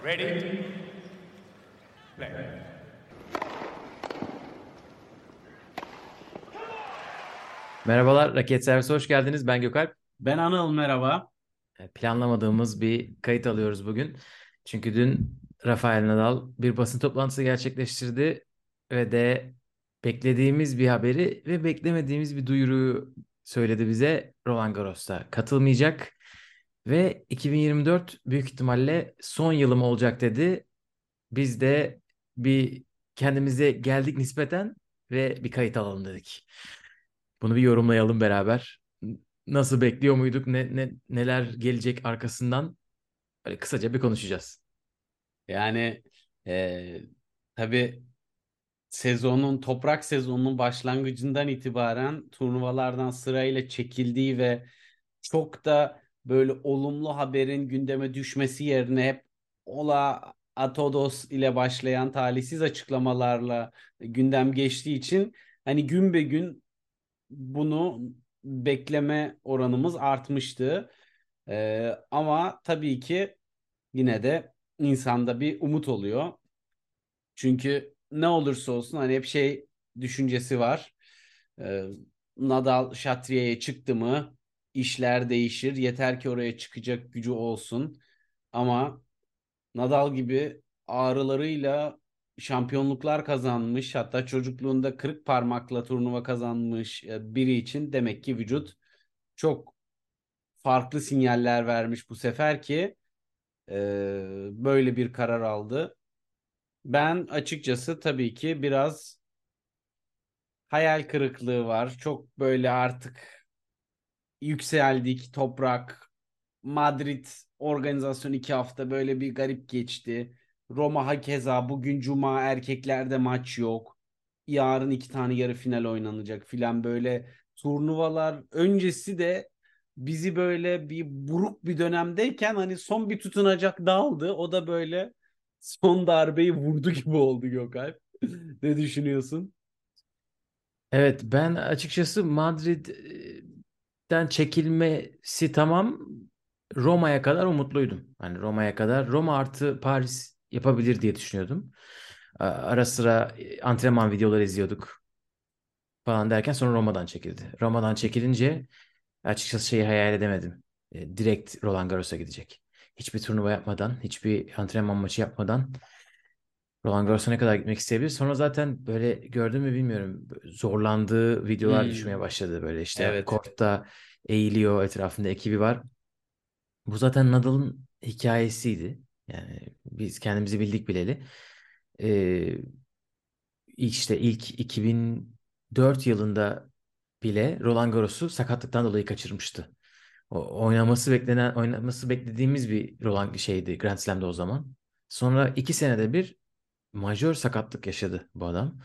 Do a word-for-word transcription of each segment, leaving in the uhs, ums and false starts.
Ready? Play. Merhabalar, Raket Servise hoş geldiniz. Ben Gökalp. Ben Anıl, merhaba. E, Planlamadığımız bir kayıt alıyoruz bugün. Çünkü dün Rafael Nadal bir basın toplantısı gerçekleştirdi ve de beklediğimiz bir haberi ve beklemediğimiz bir duyuruyu söyledi bize. Roland Garros'ta katılmayacak ve iki bin yirmi dört büyük ihtimalle son yılım olacak dedi. Biz de bir kendimize geldik nispeten ve bir kayıt alalım dedik. Bunu bir yorumlayalım beraber. Nasıl bekliyor muyduk? Ne, ne neler gelecek arkasından? Böyle kısaca bir konuşacağız. Yani e, tabii sezonun, toprak sezonunun başlangıcından itibaren turnuvalardan sırayla çekildiği ve çok da böyle olumlu haberin gündeme düşmesi yerine hep ola a todos ile başlayan talihsiz açıklamalarla gündem geçtiği için hani gün be gün bunu bekleme oranımız artmıştı. Ee, ama tabii ki yine de insanda bir umut oluyor. Çünkü ne olursa olsun hani hep şey düşüncesi var. Ee, Nadal Şatriye'ye çıktı mı işler değişir. Yeter ki oraya çıkacak gücü olsun. Ama Nadal gibi ağrılarıyla şampiyonluklar kazanmış, hatta çocukluğunda kırık parmakla turnuva kazanmış e, biri için demek ki vücut çok farklı sinyaller vermiş bu sefer ki e, böyle bir karar aldı. Ben açıkçası tabii ki biraz hayal kırıklığı var. Çok böyle artık yükseldik toprak. Madrid organizasyon iki hafta böyle bir garip geçti. Roma hakeza bugün cuma erkeklerde maç yok. Yarın iki tane yarı final oynanacak filan böyle turnuvalar öncesi de bizi böyle bir buruk bir dönemdeyken hani son bir tutunacak daldı. O da böyle son darbeyi vurdu gibi oldu Gökalp. Ne düşünüyorsun? Evet, ben açıkçası Madrid'den çekilmesi tamam, Roma'ya kadar umutluydum. Hani Roma'ya kadar Roma artı Paris yapabilir diye düşünüyordum. A- Ara sıra e, antrenman videoları izliyorduk falan derken sonra Roma'dan çekildi. Roma'dan çekilince açıkçası şeyi hayal edemedim. E, direkt Roland Garros'a gidecek. Hiçbir turnuva yapmadan, hiçbir antrenman maçı yapmadan Roland Garros'a ne kadar gitmek isteyebilir? Sonra zaten böyle gördün mü bilmiyorum. Zorlandığı videolar düşmeye Hmm, başladı. Böyle işte evet. kortta eğiliyor, etrafında ekibi var. Bu zaten Nadal'ın hikayesiydi. Yani biz kendimizi bildik bileli. Ee, işte ilk iki bin dört yılında bile Roland Garros'u sakatlıktan dolayı kaçırmıştı. O, oynaması beklenen, oynaması beklediğimiz bir Roland şeydi Grand Slam'de o zaman. Sonra iki senede bir majör sakatlık yaşadı bu adam.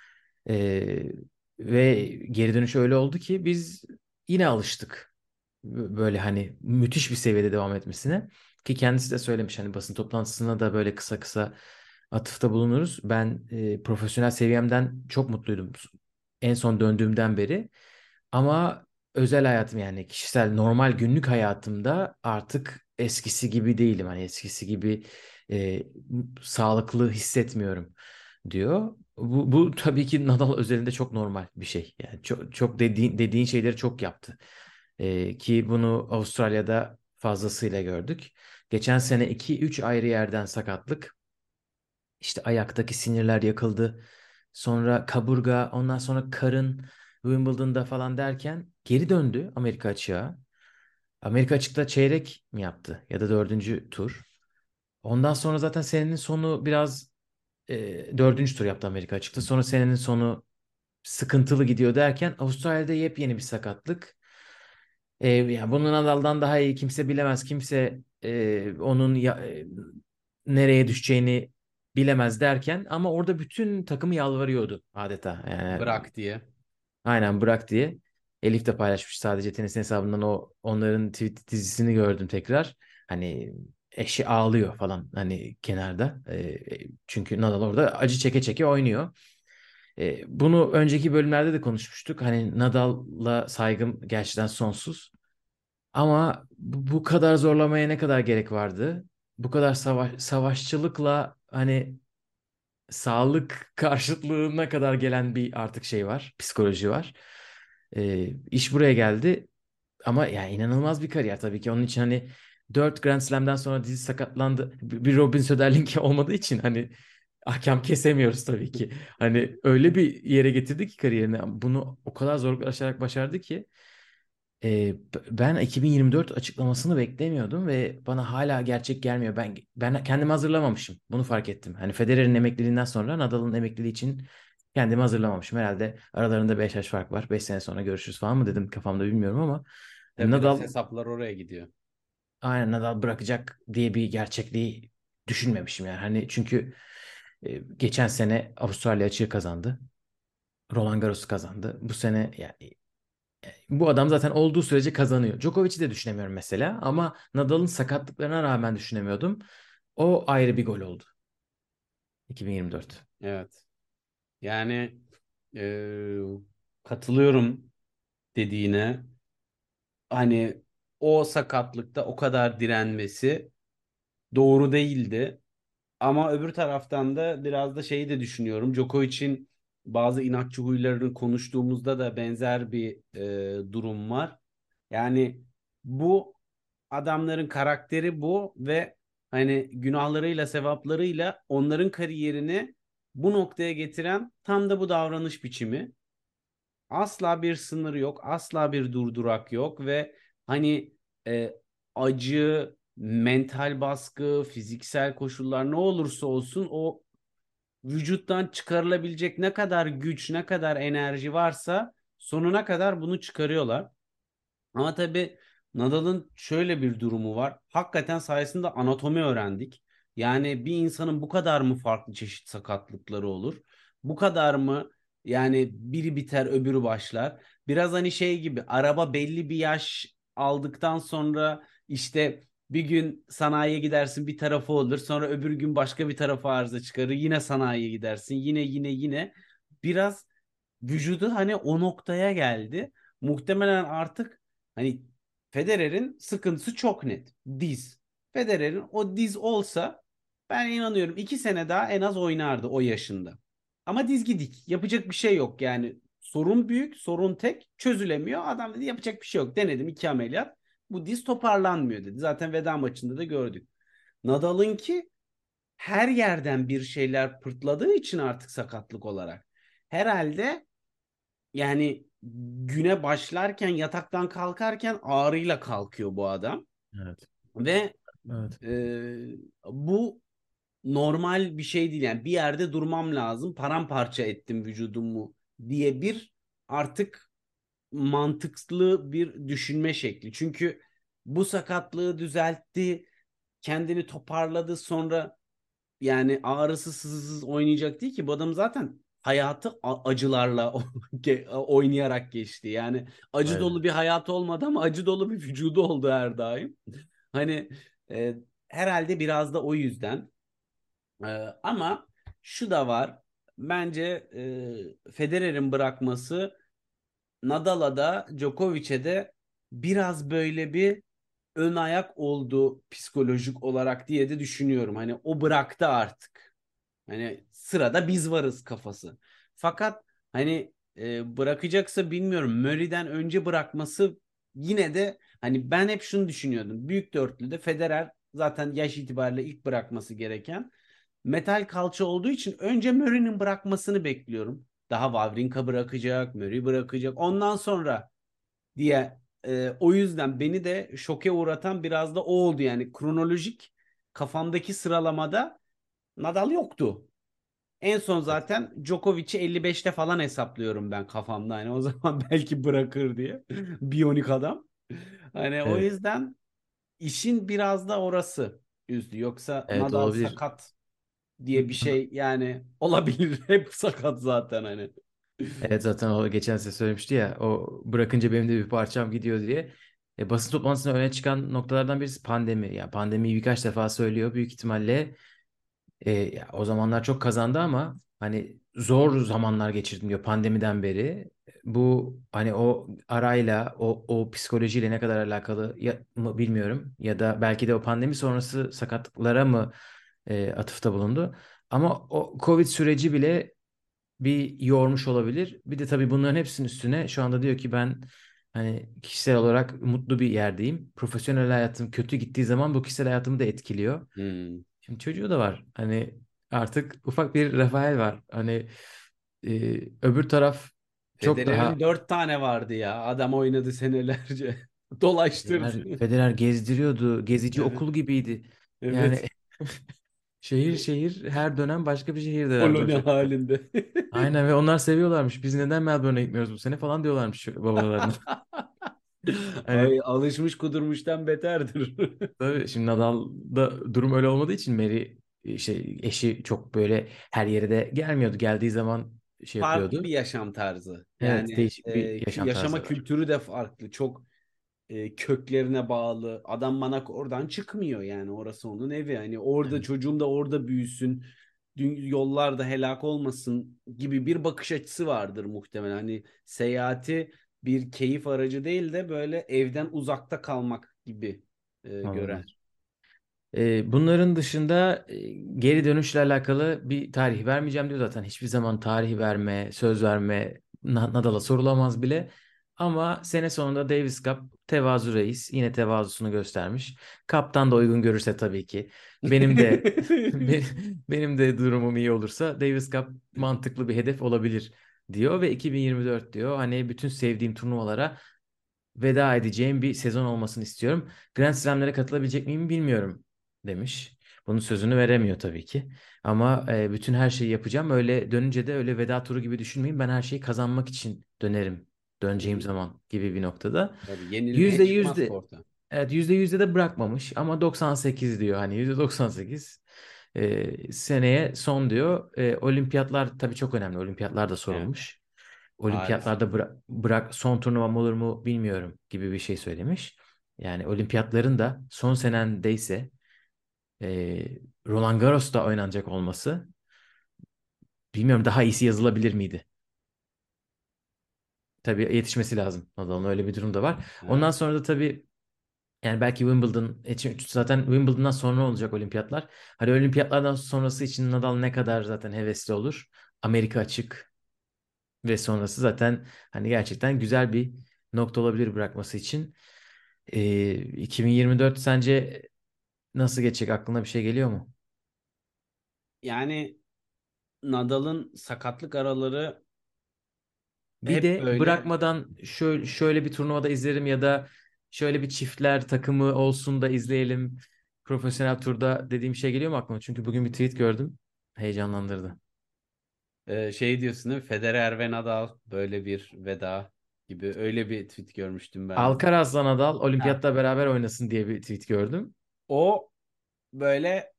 Ee, ve geri dönüş öyle oldu ki biz yine alıştık. B- Böyle hani müthiş bir seviyede devam etmesine. Ki kendisi de söylemiş hani basın toplantısında da böyle kısa kısa atıfta bulunuruz. Ben e, profesyonel seviyemden çok mutluydum en son döndüğümden beri. Ama özel hayatım yani kişisel normal günlük hayatımda artık eskisi gibi değilim. Hani eskisi gibi e, sağlıklı hissetmiyorum diyor. Bu, bu tabii ki Nadal özelinde çok normal bir şey. Yani çok, çok dediğin, dediğin şeyleri çok yaptı. E, ki bunu Avustralya'da fazlasıyla gördük. Geçen sene iki üç ayrı yerden sakatlık. İşte ayaktaki sinirler yakıldı. Sonra kaburga, ondan sonra karın Wimbledon'da falan derken geri döndü Amerika açığa. Amerika açıkta çeyrek mi yaptı ya da dördüncü tur. Ondan sonra zaten senenin sonu biraz e, dördüncü tur yaptı Amerika açıkta. Sonra senenin sonu sıkıntılı gidiyor derken Avustralya'da yepyeni bir sakatlık. E, yani bunun Nadal'dan daha iyi kimse bilemez. Kimse e, onun ya- e, nereye düşeceğini bilemez derken ama orada bütün takımı yalvarıyordu adeta. Yani Bırak diye. aynen bırak diye. Elif de paylaşmış sadece tenis hesabından o onların tweet dizisini gördüm tekrar. Hani eşi ağlıyor falan hani kenarda. E, çünkü Nadal orada acı çeke çeke oynuyor. E, bunu önceki bölümlerde de konuşmuştuk. Hani Nadal'la saygım gerçekten sonsuz. Ama bu bu kadar zorlamaya ne kadar gerek vardı? bu kadar savaş, savaşçılıkla hani sağlık karşıtlığına kadar gelen bir artık şey var. Psikoloji var. Ee, iş buraya geldi. Ama ya inanılmaz bir kariyer tabii ki. Onun için hani dört Grand Slam'den sonra dizi sakatlandı. Bir bir Robin Söderling olmadığı için hani ahkam kesemiyoruz tabii ki. Hani öyle bir yere getirdi ki kariyerini. Bunu o kadar zorluklar aşarak başardı ki. e, b- ben iki bin yirmi dört açıklamasını beklemiyordum ve bana hala gerçek gelmiyor. Ben ben kendimi hazırlamamışım. Bunu fark ettim. Hani Federer'in emekliliğinden sonra Nadal'ın emekliliği için kendimi hazırlamamışım. Herhalde aralarında beş yaş fark var. Beş sene sonra görüşürüz falan mı dedim kafamda, bilmiyorum ama hani Tabii biraz Nadal, hesaplar oraya gidiyor. aynen Nadal bırakacak diye bir gerçekliği düşünmemişim yani. Hani çünkü e, geçen sene Avustralya açığı kazandı. Roland Garros'u kazandı. Bu sene yani bu adam zaten olduğu sürece kazanıyor. Djokovic'i de düşünemiyorum mesela ama Nadal'ın sakatlıklarına rağmen düşünemiyordum. O ayrı bir gol oldu iki bin yirmi dört. Evet. Yani eee, katılıyorum dediğine. Hani o sakatlıkta o kadar direnmesi doğru değildi. Ama öbür taraftan da biraz da şeyi de düşünüyorum. Djokovic'in bazı inatçı huylarını konuştuğumuzda da benzer bir e, durum var. Yani bu adamların karakteri bu ve hani günahlarıyla sevaplarıyla onların kariyerini bu noktaya getiren tam da bu davranış biçimi. Asla bir sınır yok, asla bir durdurak yok ve hani e, acı, mental baskı, fiziksel koşullar ne olursa olsun o vücuttan çıkarılabilecek ne kadar güç, ne kadar enerji varsa sonuna kadar bunu çıkarıyorlar. Ama tabii Nadal'ın şöyle bir durumu var. Hakikaten sayesinde anatomi öğrendik. Yani bir insanın bu kadar mı farklı çeşit sakatlıkları olur? Bu kadar mı yani biri biter öbürü başlar? Biraz hani şey gibi araba belli bir yaş aldıktan sonra işte bir gün sanayiye gidersin bir tarafı olur. Sonra öbür gün başka bir tarafı arıza çıkarır. Yine sanayiye gidersin. Yine yine yine. Biraz vücudu hani o noktaya geldi. Muhtemelen artık hani Federer'in sıkıntısı çok net. Diz. Federer'in o diz olsa ben inanıyorum iki sene daha en az oynardı o yaşında. Ama diz gidik. Yapacak bir şey yok yani. Sorun büyük, sorun tek, çözülemiyor. Adam dedi yapacak bir şey yok. Denedim iki ameliyat. Bu diz toparlanmıyor dedi. Zaten veda maçında da gördük. Nadal'ınki her yerden bir şeyler pırtladığı için artık sakatlık olarak. Herhalde yani güne başlarken yataktan kalkarken ağrıyla kalkıyor bu adam Evet. ve Evet. e, bu normal bir şey değil yani bir yerde durmam lazım paramparça ettim vücudumu diye bir artık mantıklı bir düşünme şekli çünkü bu sakatlığı düzeltti kendini toparladı sonra yani ağrısız sızısız oynayacak değil ki. Bu adam zaten hayatı a- acılarla oynayarak geçti. Yani acı Evet. dolu bir hayatı olmadı ama acı dolu bir vücudu oldu her daim. Hani e, herhalde biraz da o yüzden. E, ama şu da var. Bence e, Federer'in bırakması Nadal'a da Djokovic'e de biraz böyle bir ön ayak oldu psikolojik olarak diye de düşünüyorum. Hani o bıraktı artık. Hani sırada biz varız kafası. Fakat hani e, bırakacaksa bilmiyorum. Murray'den önce bırakması yine de hani ben hep şunu düşünüyordum. Büyük dörtlüde Federer zaten yaş itibariyle ilk bırakması gereken metal kalça olduğu için önce Murray'nin bırakmasını bekliyorum. Daha Wawrinka bırakacak, Murray bırakacak. Ondan sonra diye e, o yüzden beni de şoke uğratan biraz da o oldu yani kronolojik kafamdaki sıralamada Nadal yoktu. En son Evet. zaten Djokovic'i elli beşte falan hesaplıyorum ben kafamda. Hani o zaman belki bırakır diye. Biyonik adam. Hani o Evet. yüzden işin biraz da orası üzdü. Yoksa Evet, Nadal olabilir. sakat diye bir şey yani olabilir. Hep sakat zaten hani. Evet, zaten o geçen sene söylemişti ya, o bırakınca benim de bir parçam gidiyor diye. E, basın toplantısında öne çıkan noktalardan birisi pandemi. Ya pandemiyi birkaç defa söylüyor. Büyük ihtimalle e, ya, o zamanlar çok kazandı ama hani zor zamanlar geçirdim diyor pandemiden beri. Bu hani o arayla o o psikolojiyle ne kadar alakalı ya, mı bilmiyorum ya da belki de o pandemi sonrası sakatlıklara mı e, atıfta bulundu. Ama o Covid süreci bile bir yormuş olabilir. Bir de tabii bunların hepsinin üstüne şu anda diyor ki ben hani kişisel olarak mutlu bir yerdeyim. Profesyonel hayatım kötü gittiği zaman bu kişisel hayatımı da etkiliyor. Hmm. Şimdi çocuğu da var. Hani artık ufak bir Rafael var. Hani e, öbür taraf çok daha Federer'in dört tane vardı ya. Adam oynadı senelerce. Dolaştırdı. Federer, Federer gezdiriyordu. Gezici Evet. okul gibiydi. Yani Evet. şehir şehir her dönem başka bir şehirdelerdi o Koloni çocuklar. halinde. Aynen ve onlar seviyorlarmış. Biz neden Melbourne'e gitmiyoruz bu sene falan diyorlarmış babalarına. Hani Ay, alışmış kudurmuştan beterdir. tabii şimdi Nadal'da durum öyle olmadığı için Mary e, şey eşi çok böyle her yere de gelmiyordu. Geldiği zaman şey Farklı yapıyordu. bir yaşam tarzı. Evet, Yani değişik e, bir kü- yaşam yaşama tarzı var. kültürü de farklı. Çok e, köklerine bağlı. Adam bana oradan çıkmıyor yani. Orası onun evi. Hani orada Evet. çocuğum da orada büyüsün. dü- Yollarda helak olmasın gibi bir bakış açısı vardır muhtemelen. Hani seyahati bir keyif aracı değil de böyle evden uzakta kalmak gibi e, gören. Olabilir. Ee, bunların dışında e, geri dönüşle alakalı bir tarih vermeyeceğim diyor zaten. Hiçbir zaman tarih verme, söz verme Na- Nadal'a sorulamaz bile. Ama sene sonunda Davis Cup tevazu reis yine tevazusunu göstermiş. Kaptan da uygun görürse tabii ki. Benim de be- benim de durumum iyi olursa Davis Cup mantıklı bir hedef olabilir diyor ve iki bin yirmi dört diyor. Hani bütün sevdiğim turnuvalara veda edeceğim bir sezon olmasını istiyorum. Grand Slam'lere katılabilecek miyim bilmiyorum demiş. Bunun sözünü veremiyor tabii ki. Ama e, bütün her şeyi yapacağım. Öyle dönünce de öyle veda turu gibi düşünmeyin. Ben her şeyi kazanmak için dönerim. Hı Döneceğim hı. zaman gibi bir noktada. Tabii Yüzde yenilmeye çıkmaz yüzde korta. evet yüzde yüzde de bırakmamış ama doksan sekiz diyor. Hani yüzde doksan sekiz e, seneye son diyor. E, olimpiyatlar tabii çok önemli. Olimpiyatlar da Evet. sorulmuş. Paris. Olimpiyatlarda bıra- bırak son turnuvam olur mu bilmiyorum gibi bir şey söylemiş. Yani olimpiyatların da son senendeyse e, Roland Garros'ta oynanacak olması bilmiyorum daha iyisi yazılabilir miydi? Tabii yetişmesi lazım. Nadal'ın öyle bir durum da var. Ondan Evet. sonra da tabii yani belki Wimbledon için zaten Wimbledon'dan sonra olacak olimpiyatlar. Hani olimpiyatlardan sonrası için Nadal ne kadar zaten hevesli olur. Amerika açık ve sonrası zaten hani gerçekten güzel bir nokta olabilir bırakması için. Ee, iki bin yirmi dört sence nasıl geçecek? Aklına bir şey geliyor mu? Yani Nadal'ın sakatlık araları Bir hep de böyle. bırakmadan şöyle, şöyle bir turnuvada izlerim ya da şöyle bir çiftler takımı olsun da izleyelim. Profesyonel turda dediğim şey geliyor mu aklına? Çünkü bugün bir tweet gördüm. Heyecanlandırdı. Ee, şey diyorsun değil mi? Federer ve Nadal böyle bir veda gibi öyle bir tweet görmüştüm ben de. Alcaraz'la Nadal Ha. olimpiyatta beraber oynasın diye bir tweet gördüm. O böyle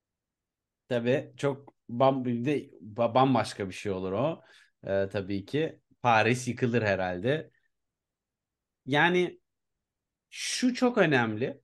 tabii çok bam, bir de ba- bambaşka bir şey olur o. Ee, tabii ki Paris yıkılır herhalde. Yani şu çok önemli.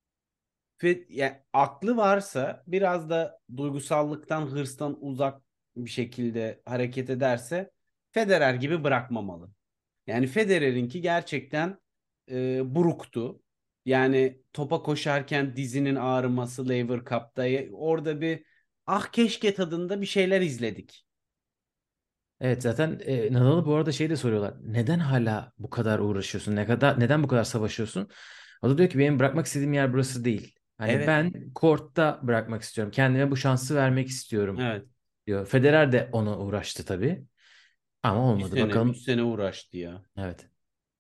Ve ya, aklı varsa biraz da duygusallıktan, hırstan uzak bir şekilde hareket ederse Federer gibi bırakmamalı. Yani Federer'inki gerçekten e, buruktu. Yani topa koşarken dizinin ağrıması Lever Cup'ta orada bir ah keşke tadında bir şeyler izledik. Evet zaten e, Nadal'ı bu arada şey de soruyorlar. Neden hala bu kadar uğraşıyorsun? Ne kadar neden bu kadar savaşıyorsun? O da diyor ki benim bırakmak istediğim yer burası değil. Hani Evet, ben kortta bırakmak istiyorum. Kendime bu şansı vermek istiyorum evet. diyor. Federer de ona uğraştı tabii. Ama İki olmadı. sene, üç Bakalım. sene uğraştı ya. Evet.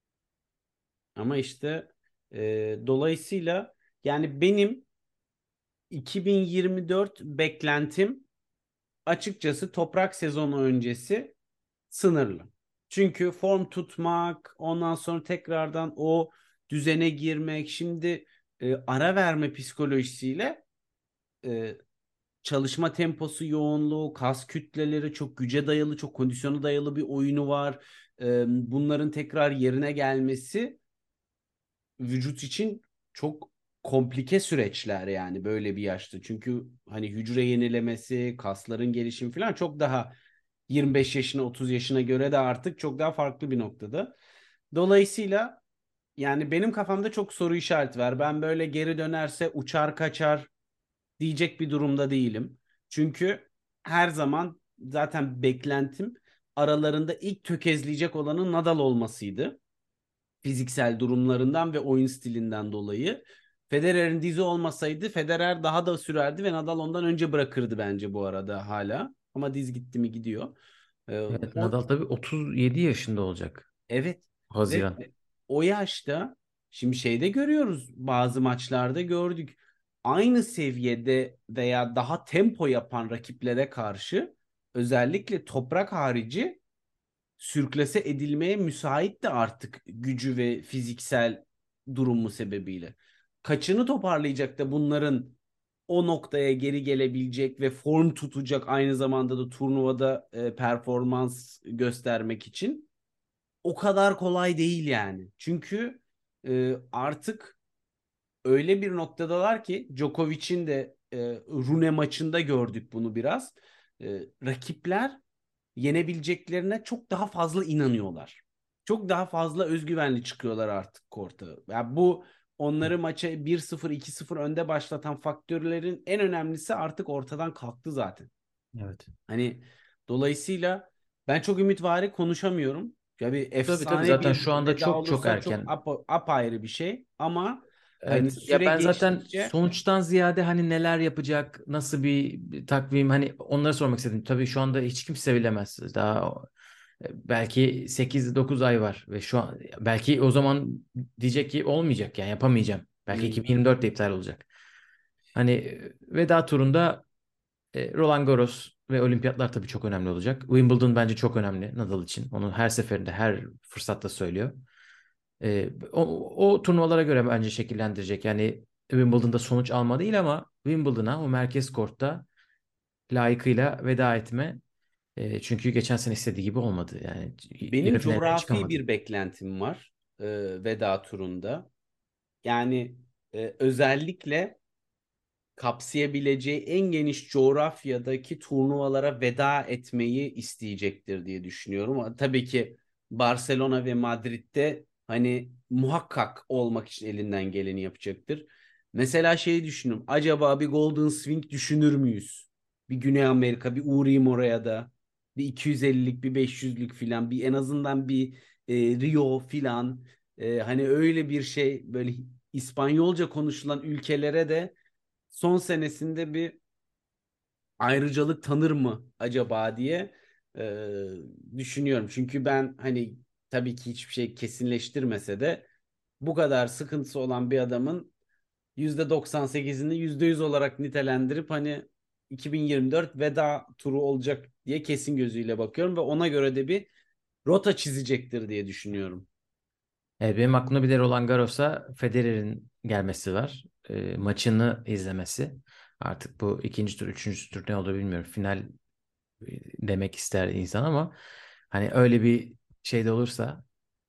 Ama işte e, dolayısıyla yani benim iki bin yirmi dört beklentim açıkçası toprak sezonu öncesi sınırlı. Çünkü form tutmak, ondan sonra tekrardan o düzene girmek, şimdi e, ara verme psikolojisiyle e, çalışma temposu, yoğunluğu, kas kütleleri çok güce dayalı, çok kondisyona dayalı bir oyunu var. E, bunların tekrar yerine gelmesi vücut için çok komplike süreçler yani böyle bir yaşta. Çünkü hani hücre yenilemesi, kasların gelişimi falan çok daha yirmi beş yaşına otuz yaşına göre de artık çok daha farklı bir noktada. Dolayısıyla yani benim kafamda çok soru işareti var. Ben böyle geri dönerse uçar kaçar diyecek bir durumda değilim. Çünkü her zaman zaten beklentim aralarında ilk tökezleyecek olanın Nadal olmasıydı. Fiziksel durumlarından ve oyun stilinden dolayı. Federer'in dizi olmasaydı Federer daha da sürerdi ve Nadal ondan önce bırakırdı bence bu arada hala. Ama diz gitti mi gidiyor. Ee, Evet, o Nadal tabii otuz yedi yaşında olacak evet ve Haziran. o yaşta şimdi şeyde görüyoruz, bazı maçlarda gördük. Aynı seviyede veya daha tempo yapan rakiplere karşı özellikle toprak harici sürklase edilmeye müsait de artık gücü ve fiziksel durumu sebebiyle. Kaçını toparlayacak da bunların o noktaya geri gelebilecek ve form tutacak, aynı zamanda da turnuvada e, performans göstermek için o kadar kolay değil yani. Çünkü e, artık öyle bir noktadalar ki Djokovic'in de e, Rune maçında gördük bunu biraz. E, rakipler yenebileceklerine çok daha fazla inanıyorlar. Çok daha fazla özgüvenli çıkıyorlar artık korta. Yani bu onları maça bir sıfır iki sıfır önde başlatan faktörlerin en önemlisi artık ortadan kalktı zaten. Evet. Hani dolayısıyla ben çok ümitvari konuşamıyorum. Ya bir Tabii tabii, efsane zaten bir şu anda veda çok çok olursa çok erken. apa- apayrı bir şey ama hani Evet. Ya süre ben zaten geçtikçe sonuçtan ziyade hani neler yapacak, nasıl bir bir takvim, hani onları sormak istedim. Tabii şu anda hiç kimse bilemez. Daha e, belki sekiz dokuz ay var ve şu an belki o zaman diyecek ki olmayacak, yani yapamayacağım. Belki hmm, iki bin yirmi dörtte iptal olacak. Hani e, veda turunda e, Roland Garros ve olimpiyatlar tabii çok önemli olacak. Wimbledon bence çok önemli Nadal için. Onu her seferinde, her fırsatta söylüyor. E, o, o turnuvalara göre bence şekillendirecek. Yani Wimbledon'da sonuç alma değil ama Wimbledon'a, o merkez kortta layıkıyla veda etme. E, çünkü geçen sene istediği gibi olmadı. Yani benim yarı finale coğrafi çıkamadı. bir beklentim var e, veda turunda. Yani e, özellikle kapsayabileceği en geniş coğrafyadaki turnuvalara veda etmeyi isteyecektir diye düşünüyorum. Ama tabii ki Barcelona ve Madrid'de hani muhakkak olmak için elinden geleni yapacaktır. Mesela şeyi düşünün. Acaba bir Golden Swing düşünür müyüz? Bir Güney Amerika, bir uğrayayım oraya da. Bir iki yüz ellilik, bir beş yüzlük filan, bir en azından bir e, Rio filan. E, hani öyle bir şey, böyle İspanyolca konuşulan ülkelere de son senesinde bir ayrıcalık tanır mı acaba diye e, düşünüyorum. Çünkü ben hani tabii ki hiçbir şey kesinleştirmese de bu kadar sıkıntısı olan bir adamın yüzde doksan sekizini yüzde yüz olarak nitelendirip hani iki bin yirmi dört veda turu olacak diye kesin gözüyle bakıyorum ve ona göre de bir rota çizecektir diye düşünüyorum. Evet, benim aklımda bir de Roland Garros'a Federer'in gelmesi var. E, maçını izlemesi. Artık bu ikinci tur, üçüncü tur ne olur bilmiyorum. Final e, demek ister insan ama hani öyle bir şey de olursa,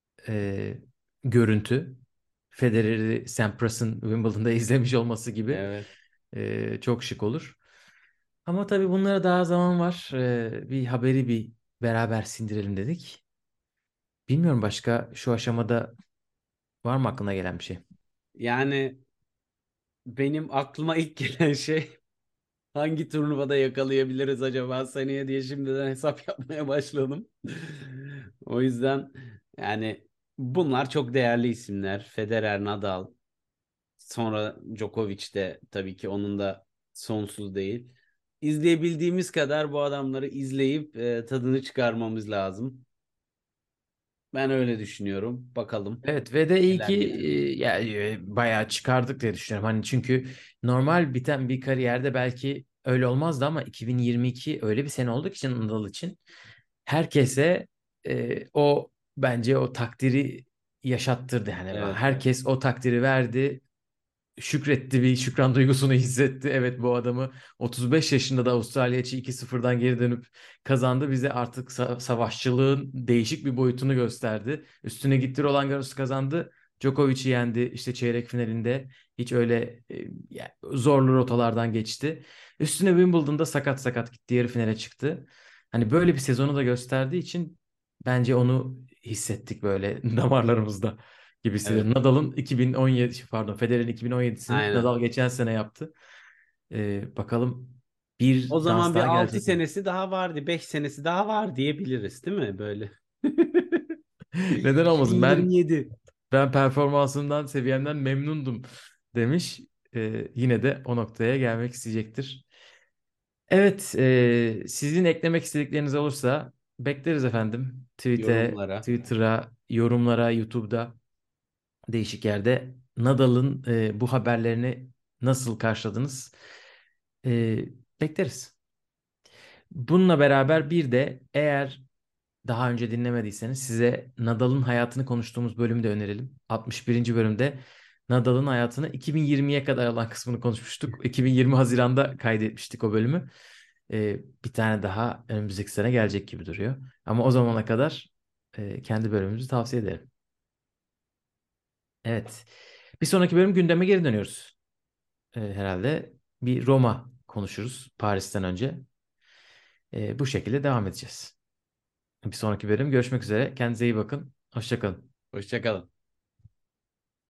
e, görüntü Federer'i Sampras'ın Wimbledon'da izlemiş olması gibi Evet. e, çok şık olur. Ama tabii bunlara daha zaman var. E, bir haberi bir beraber sindirelim dedik. Bilmiyorum, başka şu aşamada var mı aklına gelen bir şey? Yani benim aklıma ilk gelen şey hangi turnuvada yakalayabiliriz acaba seneye diye şimdiden hesap yapmaya başladım. O yüzden yani bunlar çok değerli isimler. Federer, Nadal, sonra Djokovic de tabii ki onun da sonsuz değil. İzleyebildiğimiz kadar bu adamları izleyip e, tadını çıkarmamız lazım. Ben öyle düşünüyorum. Bakalım Evet, ve de iyi ki neler e, getirecek. yani e, bayağı çıkardık diye düşünüyorum. Hani çünkü normal biten bir kariyerde belki öyle olmazdı ama iki bin yirmi iki öyle bir sene oldu ki Nadal için. Herkese e, o bence o takdiri yaşattırdı. Yani Evet, evet. herkes o takdiri verdi, şükretti, bir şükran duygusunu hissetti. Evet, bu adamı otuz beş yaşında da Avustralya için iki sıfırdan geri dönüp kazandı. Bize artık sa- savaşçılığın değişik bir boyutunu gösterdi. Üstüne gitti, Roland Garros'u kazandı. Djokovic'i yendi işte çeyrek finalinde. Hiç öyle e, yani zorlu rotalardan geçti. Üstüne Wimbledon'da sakat sakat gitti, yarı finale çıktı. Hani böyle bir sezonu da gösterdiği için bence onu hissettik böyle damarlarımızda gibi Evet. hissediyorum. Nadal'ın iki bin on yedi, pardon, Federer'in iki bin on yedisini Aynen. Nadal geçen sene yaptı. Ee, bakalım bir O dans zaman daha bir altı gelecek mi? senesi daha vardı, beş senesi daha var diyebiliriz, değil mi böyle? Neden olmasın? Ben iki bin yirmi yedi. ben performansımdan, seviyemden memnundum demiş. Ee, yine de o noktaya gelmek isteyecektir. Evet, e, sizin eklemek istedikleriniz olursa bekleriz efendim. Tweet'e, Yorumlara. Twitter'a, yorumlara, YouTube'da, değişik yerde Nadal'ın e, bu haberlerini nasıl karşıladınız? E, bekleriz. Bununla beraber bir de eğer daha önce dinlemediyseniz size Nadal'ın hayatını konuştuğumuz bölümü de önerelim. altmış birinci bölümde Nadal'ın hayatını iki bin yirmiye kadar olan kısmını konuşmuştuk. iki bin yirmi Haziran'da kaydetmiştik o bölümü. Ee, bir tane daha önümüzdeki sene gelecek gibi duruyor. Ama o zamana kadar e, kendi bölümümüzü tavsiye ederim. Evet. Bir sonraki bölüm gündeme geri dönüyoruz. Ee, herhalde bir Roma konuşuruz Paris'ten önce. Ee, bu şekilde devam edeceğiz. Bir sonraki bölüm görüşmek üzere. Kendinize iyi bakın. Hoşça kalın. Hoşça kalın.